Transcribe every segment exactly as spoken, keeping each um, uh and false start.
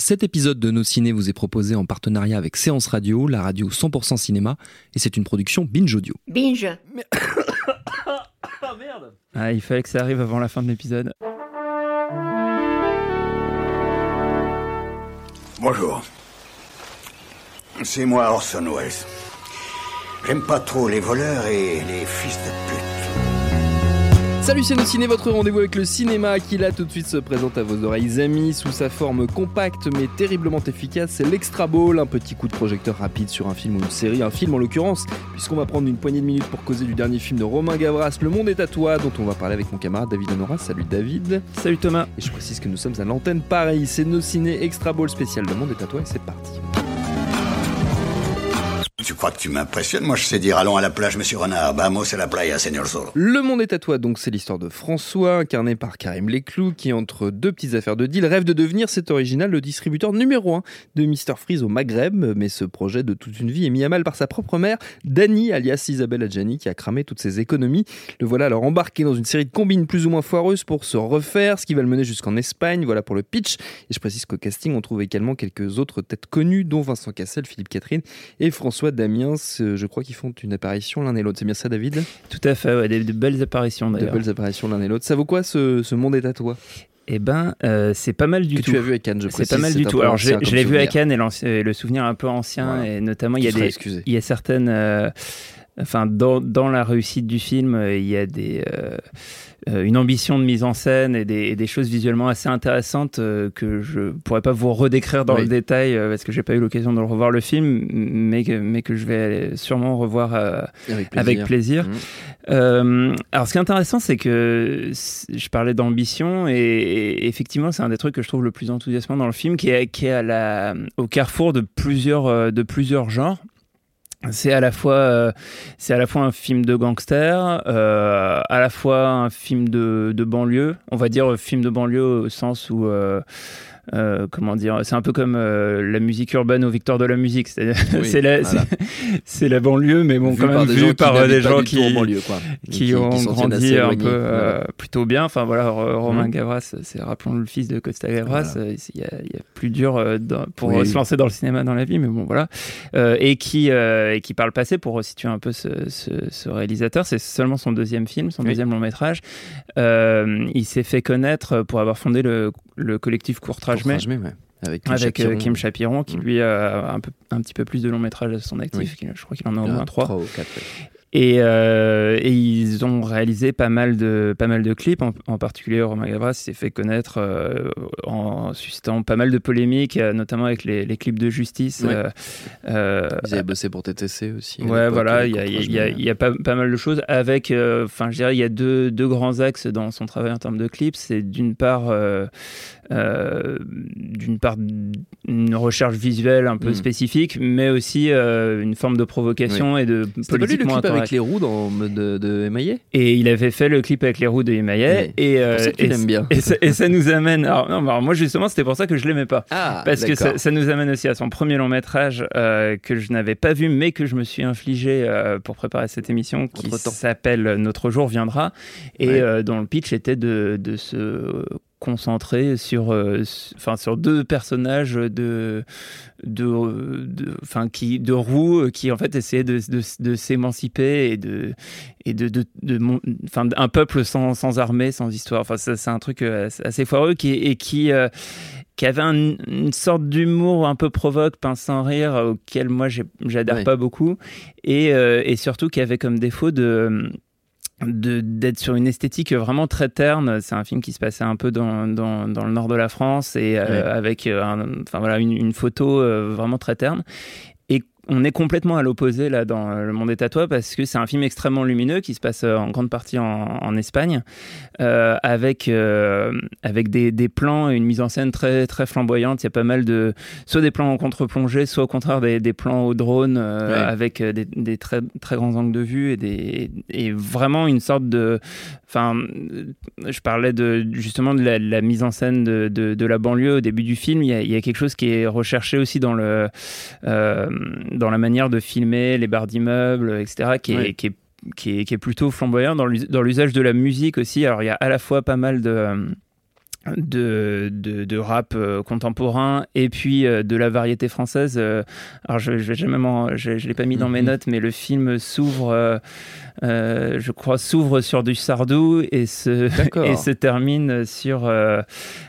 Cet épisode de Nos Ciné vous est proposé en partenariat avec Séance Radio, la radio cent pour cent cinéma, et c'est une production Binge Audio. Binge. Mais... ah merde. Ah, il fallait que ça arrive avant la fin de l'épisode. Bonjour. C'est moi Orson Welles. J'aime pas trop les voleurs et les fils de pute. Salut, c'est Nos Ciné, votre rendez-vous avec le cinéma qui là tout de suite se présente à vos oreilles amies sous sa forme compacte mais terriblement efficace. C'est l'Extra Ball, un petit coup de projecteur rapide sur un film ou une série, un film en l'occurrence, puisqu'on va prendre une poignée de minutes pour causer du dernier film de Romain Gavras, Le Monde est à toi, dont on va parler avec mon camarade David Honora. Salut David. Salut Thomas. Et je précise que nous sommes à l'antenne Paris, c'est Nos Ciné Extra Ball spécial Le Monde est à toi et c'est parti. Tu crois que tu m'impressionnes? Moi je sais dire allons à la plage monsieur Renard, vamos a la playa señor Zorro. Le Monde est à toi, donc c'est l'histoire de François, incarné par Karim Leclou, qui entre deux petites affaires de deal rêve de devenir, c'est original, le distributeur numéro un de mister Freeze au Maghreb, mais ce projet de toute une vie est mis à mal par sa propre mère, Dani, alias Isabelle Adjani, qui a cramé toutes ses économies. Le voilà alors embarqué dans une série de combines plus ou moins foireuses pour se refaire, ce qui va le mener jusqu'en Espagne, voilà pour le pitch. Et je précise qu'au casting on trouve également quelques autres têtes connues, dont Vincent Cassel, Philippe Catherine et François Damiens, je crois qu'ils font une apparition l'un et l'autre. C'est bien ça, David ? Tout à fait, ouais, des, de belles apparitions d'ailleurs. De belles apparitions l'un et l'autre. Ça vaut quoi ce, ce Monde est à toi ? Eh ben, euh, c'est pas mal du que tout. Que tu as vu à Cannes, je précise. C'est pas mal c'est du tout. Alors, je, je l'ai vu à Cannes et, et le souvenir un peu ancien, voilà. Et notamment il y a des, excusé. il y a certaines, euh, enfin, dans, dans la réussite du film, il y a des. Euh, Euh, une ambition de mise en scène et des, et des choses visuellement assez intéressantes euh, que je pourrais pas vous redécrire dans oui. le détail euh, parce que j'ai pas eu l'occasion de le revoir le film, mais que, mais que je vais sûrement revoir euh, avec plaisir. Avec plaisir. Mmh. Euh, alors ce qui est intéressant, c'est que je parlais d'ambition et, et effectivement c'est un des trucs que je trouve le plus enthousiasmant dans le film, qui est, qui est à la, au carrefour de plusieurs, de plusieurs genres. C'est à la fois, euh, c'est à la fois un film de gangster, euh, à la fois un film de, de banlieue. On va dire film de banlieue au sens où, euh, euh, comment dire, c'est un peu comme euh, la musique urbaine au Victoire de la musique. C'est, oui, c'est, la, voilà. c'est, c'est la banlieue, mais bon, vu quand même des vu par des gens qui, qui, banlieue, quoi. qui, qui ont qui grandi un peu euh, voilà. plutôt bien. Enfin voilà, Romain mmh. Gavras, c'est rappelons le fils de Costa Gavras. Il voilà. y, a, y a plus dur euh, dans, pour oui. se lancer dans le cinéma dans la vie, mais bon voilà, euh, et qui euh, et qui par le passé, pour resituer un peu ce, ce, ce réalisateur, c'est seulement son deuxième film, son oui. deuxième long métrage. Euh, il s'est fait connaître pour avoir fondé le, le collectif Courtrage Mai, ouais. avec Kim avec Chapiron, Kim Chapiron qui mmh. lui a un, peu, un petit peu plus de long métrage à son actif. Oui. Je crois qu'il en a au moins trois. trois ou quatre, ouais. Et, euh, et ils ont réalisé pas mal de, pas mal de clips, en, en particulier Romain Gavras s'est fait connaître euh, en suscitant pas mal de polémiques, notamment avec les, les clips de Justice. Ouais. Euh, euh, Ils avaient bossé pour T T C aussi. Ouais, voilà, il y a, y a, y a pas, pas mal de choses avec, enfin, euh, je dirais, il y a deux, deux grands axes dans son travail en termes de clips. C'est d'une part, euh, euh, d'une part, une recherche visuelle un peu mmh. spécifique, mais aussi euh, une forme de provocation oui. et de C'était politiquement intéressant. Avec les roues dans, de, de Émaillet. Et il avait fait le clip avec les roues de Émaillet. Oui, et, euh, c'est pour ça que tu l'aimes bien. Et ça, et ça nous amène. Alors, non, alors moi, justement, c'était pour ça que je l'aimais pas. Ah, parce d'accord. que ça, ça nous amène aussi à son premier long métrage euh, que je n'avais pas vu, mais que je me suis infligé euh, pour préparer cette émission, qui Entre-temps. s'appelle Notre jour viendra, et ouais. euh, dont le pitch était de, de se concentré sur, euh, enfin, sur deux personnages de, de, de, enfin, qui, de roues qui en fait essayaient de, de, de s'émanciper et de, et de, de, de, de enfin, un peuple sans, sans armée, sans histoire. Enfin, ça, c'est un truc assez foireux qui, et qui, euh, qui avait un, une sorte d'humour un peu provoque, pince sans rire, auquel moi j'ai, j'adhère oui. pas beaucoup, et, euh, et surtout qui avait comme défaut de De, d'être sur une esthétique vraiment très terne. C'est un film qui se passait un peu dans, dans, dans le nord de la France et euh, ouais. avec un, enfin, voilà, une, une photo euh, vraiment très terne. Et on est complètement à l'opposé là dans Le Monde est à toi, parce que c'est un film extrêmement lumineux qui se passe en grande partie en, en Espagne, euh, avec euh, avec des, des plans et une mise en scène très très flamboyante. Il y a pas mal de soit des plans en contre-plongée, soit au contraire des, des plans au drone euh, ouais. avec des, des très très grands angles de vue et des et vraiment une sorte de, enfin, je parlais de justement de la, la mise en scène de, de de la banlieue au début du film. Il y a, il y a quelque chose qui est recherché aussi dans le euh, dans la manière de filmer les barres d'immeubles, et cetera, qui est, oui. qui est, qui est, qui est plutôt flamboyant dans l'usage de la musique aussi. Alors, il y a à la fois pas mal de... De, de, de rap euh, contemporain et puis euh, de la variété française. Euh, alors je, je vais jamais m'en, je, je l'ai pas mis dans mes notes, mais le film s'ouvre, euh, euh, je crois, s'ouvre sur du Sardou et se et se termine sur euh,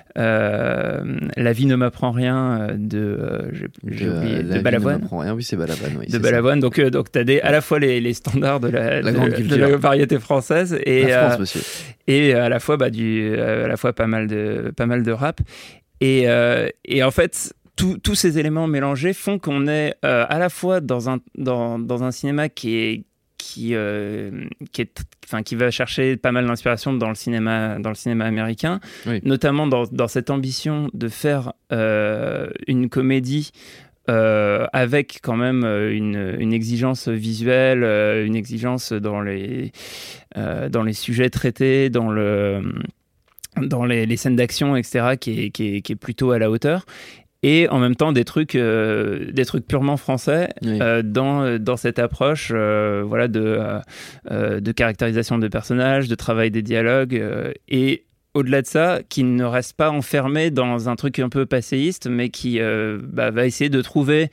euh, La vie ne m'apprend rien de euh, j'ai, j'ai de, oublié, la de Balavoine. Vie ne m'apprend rien, oui c'est Balavoine. Oui, de c'est Balavoine. Donc euh, donc t'as des à la fois les, les standards de la, la, de, de la variété française et la France, euh, monsieur. Et à la fois, bah, du, à la fois pas mal de, pas mal de rap. Et, euh, et en fait, tous ces éléments mélangés font qu'on est euh, à la fois dans un, dans, dans un cinéma qui est, qui, euh, qui, est, enfin, qui va chercher pas mal d'inspiration dans le cinéma, dans le cinéma américain, oui. Notamment dans, dans cette ambition de faire euh, une comédie Euh, avec quand même une, une exigence visuelle, euh, une exigence dans les, euh, dans les sujets traités, dans, le, dans les, les scènes d'action, et cetera, qui est, qui, est, qui est plutôt à la hauteur. Et en même temps, des trucs, euh, des trucs purement français oui. euh, dans, dans cette approche euh, voilà, de, euh, de caractérisation de personnages, de travail des dialogues. Euh, et au-delà de ça, qui ne reste pas enfermé dans un truc un peu passéiste, mais qui euh, bah, va essayer de trouver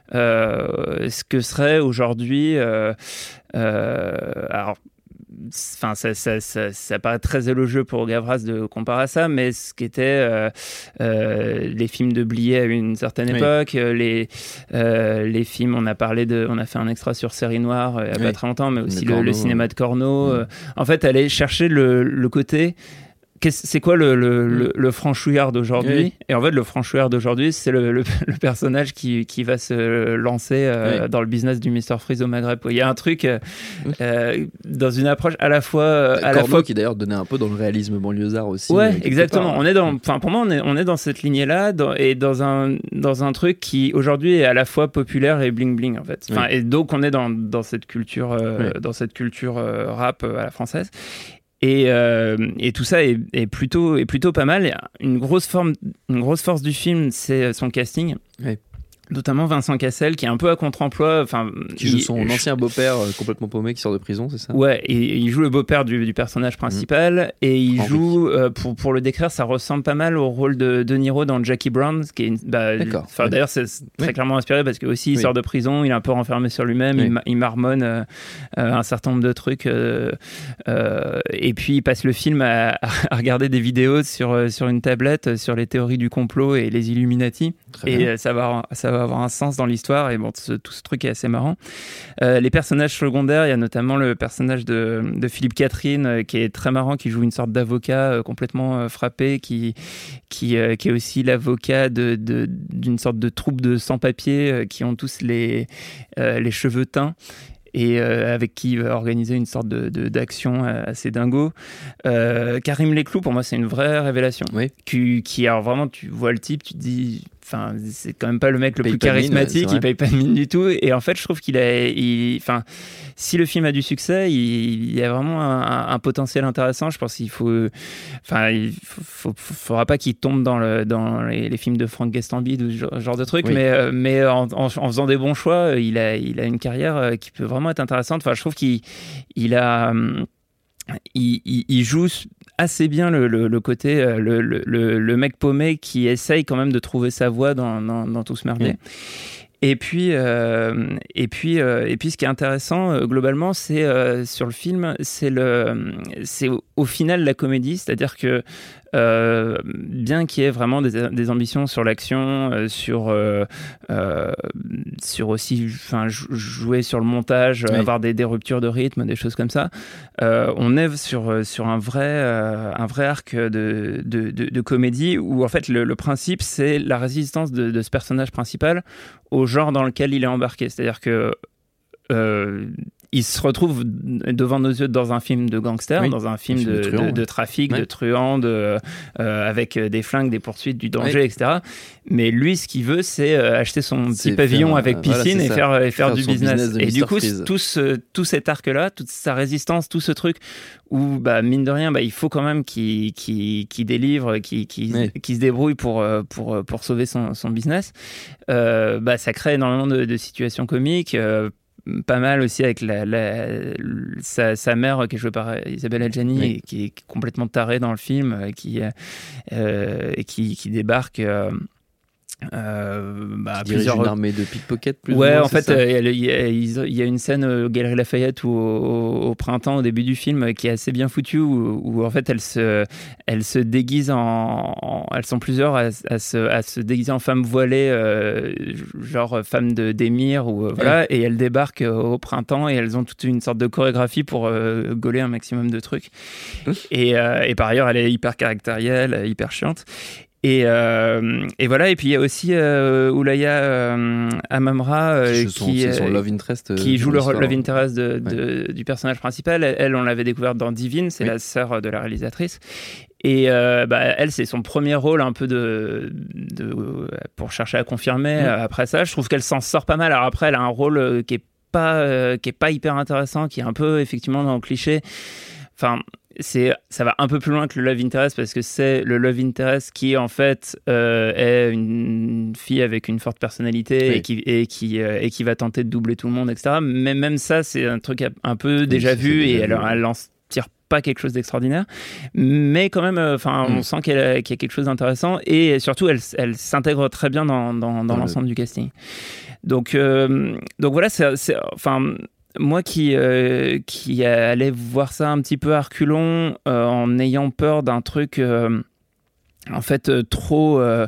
euh, ce que serait aujourd'hui... Euh, euh, alors, Enfin, ça, ça, ça, ça paraît très élogieux pour Gavras de comparer à ça, mais ce qui était euh, euh, les films de Blier à une certaine oui. époque, les, euh, les films, on a parlé de, on a fait un extra sur Série Noire il n'y a oui. pas très longtemps, mais aussi le, Corneau, le cinéma de Corneau. Oui. Euh, en fait, aller chercher le, le côté... C'est quoi le, le, le, le franchouillard d'aujourd'hui oui. Et en fait, le franchouillard d'aujourd'hui, c'est le, le, le personnage qui, qui va se lancer euh, oui. dans le business du mister Freeze au Maghreb. Il y a un truc euh, euh, dans une approche à la fois... À Corneau la fois... qui d'ailleurs donnait un peu dans le réalisme banlieusard aussi. Ouais, exactement. Part. On est dans, enfin, pour moi, on est, on est dans cette lignée-là dans, et dans un, dans un truc qui, aujourd'hui, est à la fois populaire et bling-bling, en fait. Enfin, oui. Et donc, on est dans, dans cette culture, euh, oui. dans cette culture euh, rap euh, à la française. Et, euh, et tout ça est, est, plutôt, est plutôt pas mal. Une grosse, forme, une grosse force du film, c'est son casting. Oui. Notamment Vincent Cassel, qui est un peu à contre-emploi. Enfin, qui joue son il, ancien beau-père euh, complètement paumé qui sort de prison, c'est ça ? Ouais, et, et il joue le beau-père du, du personnage principal. Mmh. Et il Henri. joue, euh, pour, pour le décrire, ça ressemble pas mal au rôle de De Niro dans Jackie Brown. Qui est une, bah, D'accord. Ouais. D'ailleurs, c'est très oui. clairement inspiré parce que aussi il oui. sort de prison, il est un peu renfermé sur lui-même, oui. il, il marmonne euh, un certain nombre de trucs. Euh, euh, et puis il passe le film à, à regarder des vidéos sur, sur une tablette sur les théories du complot et les Illuminati. Très et bien. ça va, ça va avoir un sens dans l'histoire et bon, ce, tout ce truc est assez marrant. Euh, les personnages secondaires, il y a notamment le personnage de, de Philippe Catherine euh, qui est très marrant, qui joue une sorte d'avocat euh, complètement euh, frappé, qui, qui, euh, qui est aussi l'avocat de, de, d'une sorte de troupe de sans-papiers euh, qui ont tous les, euh, les cheveux teints. Et euh, avec qui il va organiser une sorte de, de, d'action assez dingo. Euh, Karim Leclou, pour moi, c'est une vraie révélation. Oui. Qui, qui, alors vraiment, tu vois le type, tu te dis... Enfin, c'est quand même pas le mec le plus charismatique, mine, il paye pas de mine du tout. Et en fait, je trouve qu'il a, il, enfin, si le film a du succès, il, il y a vraiment un, un potentiel intéressant. Je pense qu'il faut, enfin, il faut, faut, faudra pas qu'il tombe dans le, dans les, les films de Franck Gastambide ou ce genre de trucs, oui. mais, mais en, en, en faisant des bons choix, il a, il a une carrière qui peut vraiment être intéressante. Enfin, je trouve qu'il, il a, il, il, il joue assez bien le, le, le côté le, le, le mec paumé qui essaye quand même de trouver sa voie dans, dans, dans tout ce merdier. Mmh. Et puis, euh, et, puis, euh, et puis, ce qui est intéressant euh, globalement, c'est euh, sur le film, c'est, le, c'est au, au final la comédie, c'est-à-dire que euh, bien qu'il y ait vraiment des, des ambitions sur l'action, euh, sur, euh, euh, sur aussi enfin, jouer sur le montage, oui. avoir des, des ruptures de rythme, des choses comme ça, euh, on est sur, sur un, vrai, euh, un vrai arc de, de, de, de comédie où en fait le, le principe c'est la résistance de, de ce personnage principal au genre dans lequel il est embarqué. C'est-à-dire que euh, il se retrouve devant nos yeux dans un film de gangster, oui, dans un film, un film de, de, truand, de, de trafic, ouais. de truand, de, euh, avec des flingues, des poursuites, du danger, ouais. et cetera. Mais lui, ce qu'il veut, c'est acheter son c'est petit pavillon faire, avec piscine voilà, et, faire, et faire, faire du business. business et du coup, tout, ce, tout cet arc-là, toute sa résistance, tout ce truc où, bah, mine de rien, bah, il faut quand même qu'il, qu'il, qu'il délivre, qu'il, qu'il, ouais. qu'il se débrouille pour, pour, pour sauver son, son business, euh, bah, ça crée énormément de, de situations comiques. Euh, pas mal aussi avec la, la, sa, sa mère, qui est jouée par Isabelle Adjani, oui. et qui est complètement tarée dans le film, qui, euh, qui, qui débarque... Euh, Euh, bah, plusieurs une armée de pickpockets plus ouais ou moins, en fait il y, y, y a une scène au Galeries Lafayette ou au, au printemps au début du film qui est assez bien foutue où, où en fait elles se elles se déguisent en, en elles sont plusieurs à, à, se, à se déguiser en femmes voilées euh, genre femmes de d'émir ou euh, voilà ouais. et elles débarquent au printemps et elles ont toute une sorte de chorégraphie pour euh, gauler un maximum de trucs et, euh, et par ailleurs elle est hyper caractérielle, hyper chiante. Et, euh, et voilà, et puis il y a aussi euh, Oulaya euh, Amamra euh, qui, son love interest, euh, qui joue le love interest de, de, ouais. du personnage principal. Elle, on l'avait découverte dans Divine, c'est oui. la sœur de la réalisatrice. Et euh, bah, elle, c'est son premier rôle un peu de, de, pour chercher à confirmer. Mmh. Après ça, je trouve qu'elle s'en sort pas mal. Alors après, elle a un rôle qui est pas, euh, qui est pas hyper intéressant, qui est un peu effectivement dans le cliché. Enfin... C'est, ça va un peu plus loin que le love interest parce que c'est le love interest qui en fait euh, est une fille avec une forte personnalité oui. et, qui, et, qui, euh, et qui va tenter de doubler tout le monde, et cetera. Mais même ça, c'est un truc un peu déjà oui, vu et déjà elle, elle en tire pas quelque chose d'extraordinaire. Mais quand même, enfin, mm. on sent qu'elle a, qu'il y a quelque chose d'intéressant et surtout, elle, elle s'intègre très bien dans, dans, dans, dans l'ensemble le... du casting. Donc, euh, donc voilà, c'est, c'est, enfin... Moi qui, euh, qui allais voir ça un petit peu à reculons, euh, en ayant peur d'un truc euh, en fait euh, trop euh,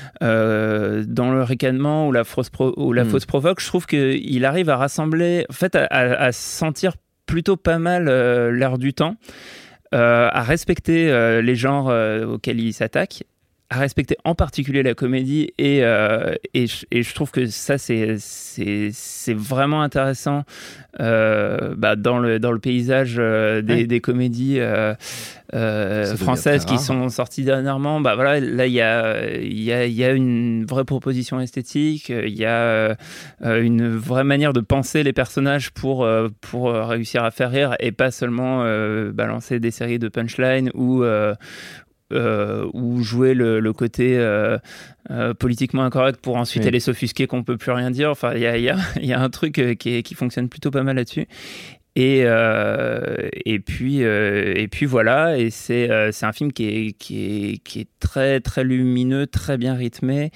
euh, dans le ricanement ou la fausse, pro- ou la mmh. fausse provoque, je trouve qu'il arrive à rassembler, en fait à, à, à sentir plutôt pas mal euh, l'air du temps, euh, à respecter euh, les genres euh, auxquels il s'attaque, à respecter en particulier la comédie et, euh, et, je, et je trouve que ça c'est, c'est, c'est vraiment intéressant euh, bah, dans, le, dans le paysage euh, des, ouais. des comédies euh, euh, françaises qui sont sorties dernièrement. Bah, voilà, là il y a, y, a, y a une vraie proposition esthétique, il y a euh, une vraie manière de penser les personnages pour, euh, pour réussir à faire rire et pas seulement euh, balancer des séries de punchlines ou euh, Euh, ou jouer le, le côté euh, euh, politiquement incorrect pour ensuite oui. aller s'offusquer qu'on peut plus rien dire. Enfin, il y a, y a, y a un truc qui, est, qui fonctionne plutôt pas mal là-dessus. Et, euh, et, puis, euh, et puis voilà, et c'est, euh, c'est un film qui est, qui, est, qui est très, très lumineux, très bien rythmé,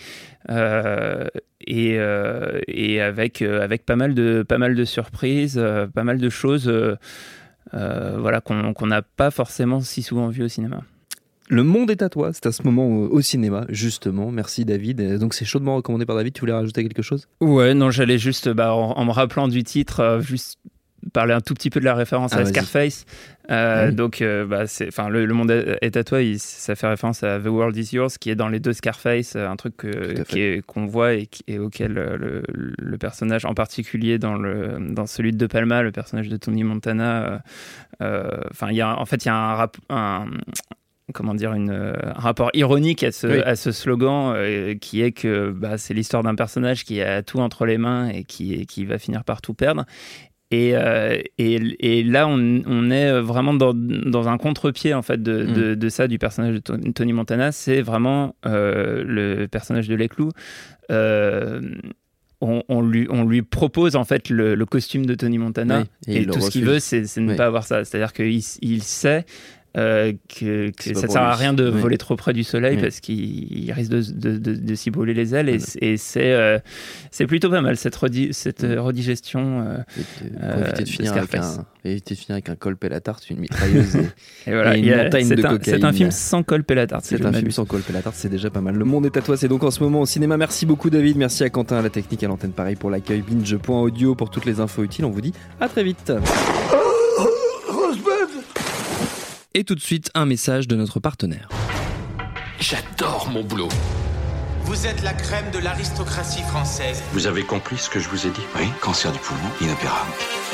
euh, et, euh, et avec, euh, avec pas, mal de, pas mal de surprises, euh, pas mal de choses euh, euh, voilà, qu'on, qu'on n'a pas forcément si souvent vues au cinéma. Le monde est à toi, c'est à ce moment au, au cinéma, justement. Merci David. Donc c'est chaudement recommandé par David, tu voulais rajouter quelque chose ? Ouais, non, j'allais juste, bah, en, en me rappelant du titre, euh, juste parler un tout petit peu de la référence ah, à vas-y. Scarface. Euh, oui. Donc, euh, bah, c'est, le, le monde est à toi, il, ça fait référence à The World Is Yours, qui est dans les deux Scarface, un truc que, qui est, qu'on voit et, qui, et auquel le, le personnage, en particulier dans, le, dans celui de De Palma, le personnage de Tony Montana, euh, euh, y a, en fait, il y a un... Rap, un comment dire, une, un rapport ironique à ce, oui. à ce slogan euh, qui est que bah, c'est l'histoire d'un personnage qui a tout entre les mains et qui, qui va finir par tout perdre. Et, euh, et, et là, on, on est vraiment dans, dans un contre-pied en fait, de, mm. de, de ça, du personnage de Tony Montana. C'est vraiment euh, le personnage de Lesclou. Euh, On, on, lui, on lui propose en fait le, le costume de Tony Montana, oui, et, et tout refuse. Ce qu'il veut, c'est, c'est ne oui. pas avoir ça. C'est-à-dire qu'il il sait euh, que, que ça ne sert à rien de oui. voler trop près du soleil oui. parce qu'il il risque de, de, de, de s'y brûler les ailes. Et, et c'est, euh, c'est plutôt pas mal cette, redi, cette oui. redigestion. Euh, pour éviter de, finir avec un, éviter de finir avec un colp et la tarte, une mitrailleuse et, et, voilà, et une a, montagne de un, cocaïne. C'est un film sans colp et la tarte. C'est un film sans colp et la tarte, c'est déjà pas mal. Le monde est à toi, c'est donc en ce moment au cinéma. Merci beaucoup David, merci à Quentin à la technique, à l'antenne, pareil pour l'accueil, binge point audio pour toutes les infos utiles. On vous dit à très vite. Et tout de suite, un message de notre partenaire. J'adore mon boulot. Vous êtes la crème de l'aristocratie française. Vous avez compris ce que je vous ai dit ? Oui, cancer du poumon, inopérable.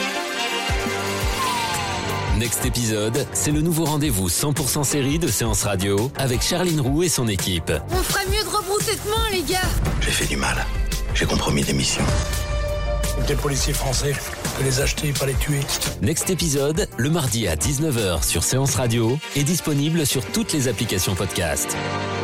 Next épisode, c'est le nouveau rendez-vous cent pour cent série de Séance Radio avec Charline Roux et son équipe. On ferait mieux de rebrousser de main, les gars. J'ai fait du mal. J'ai compromis des missions. Des policiers français, on peut les acheter, pas les tuer. Next épisode, le mardi à dix-neuf heures sur Séance Radio, est disponible sur toutes les applications podcast.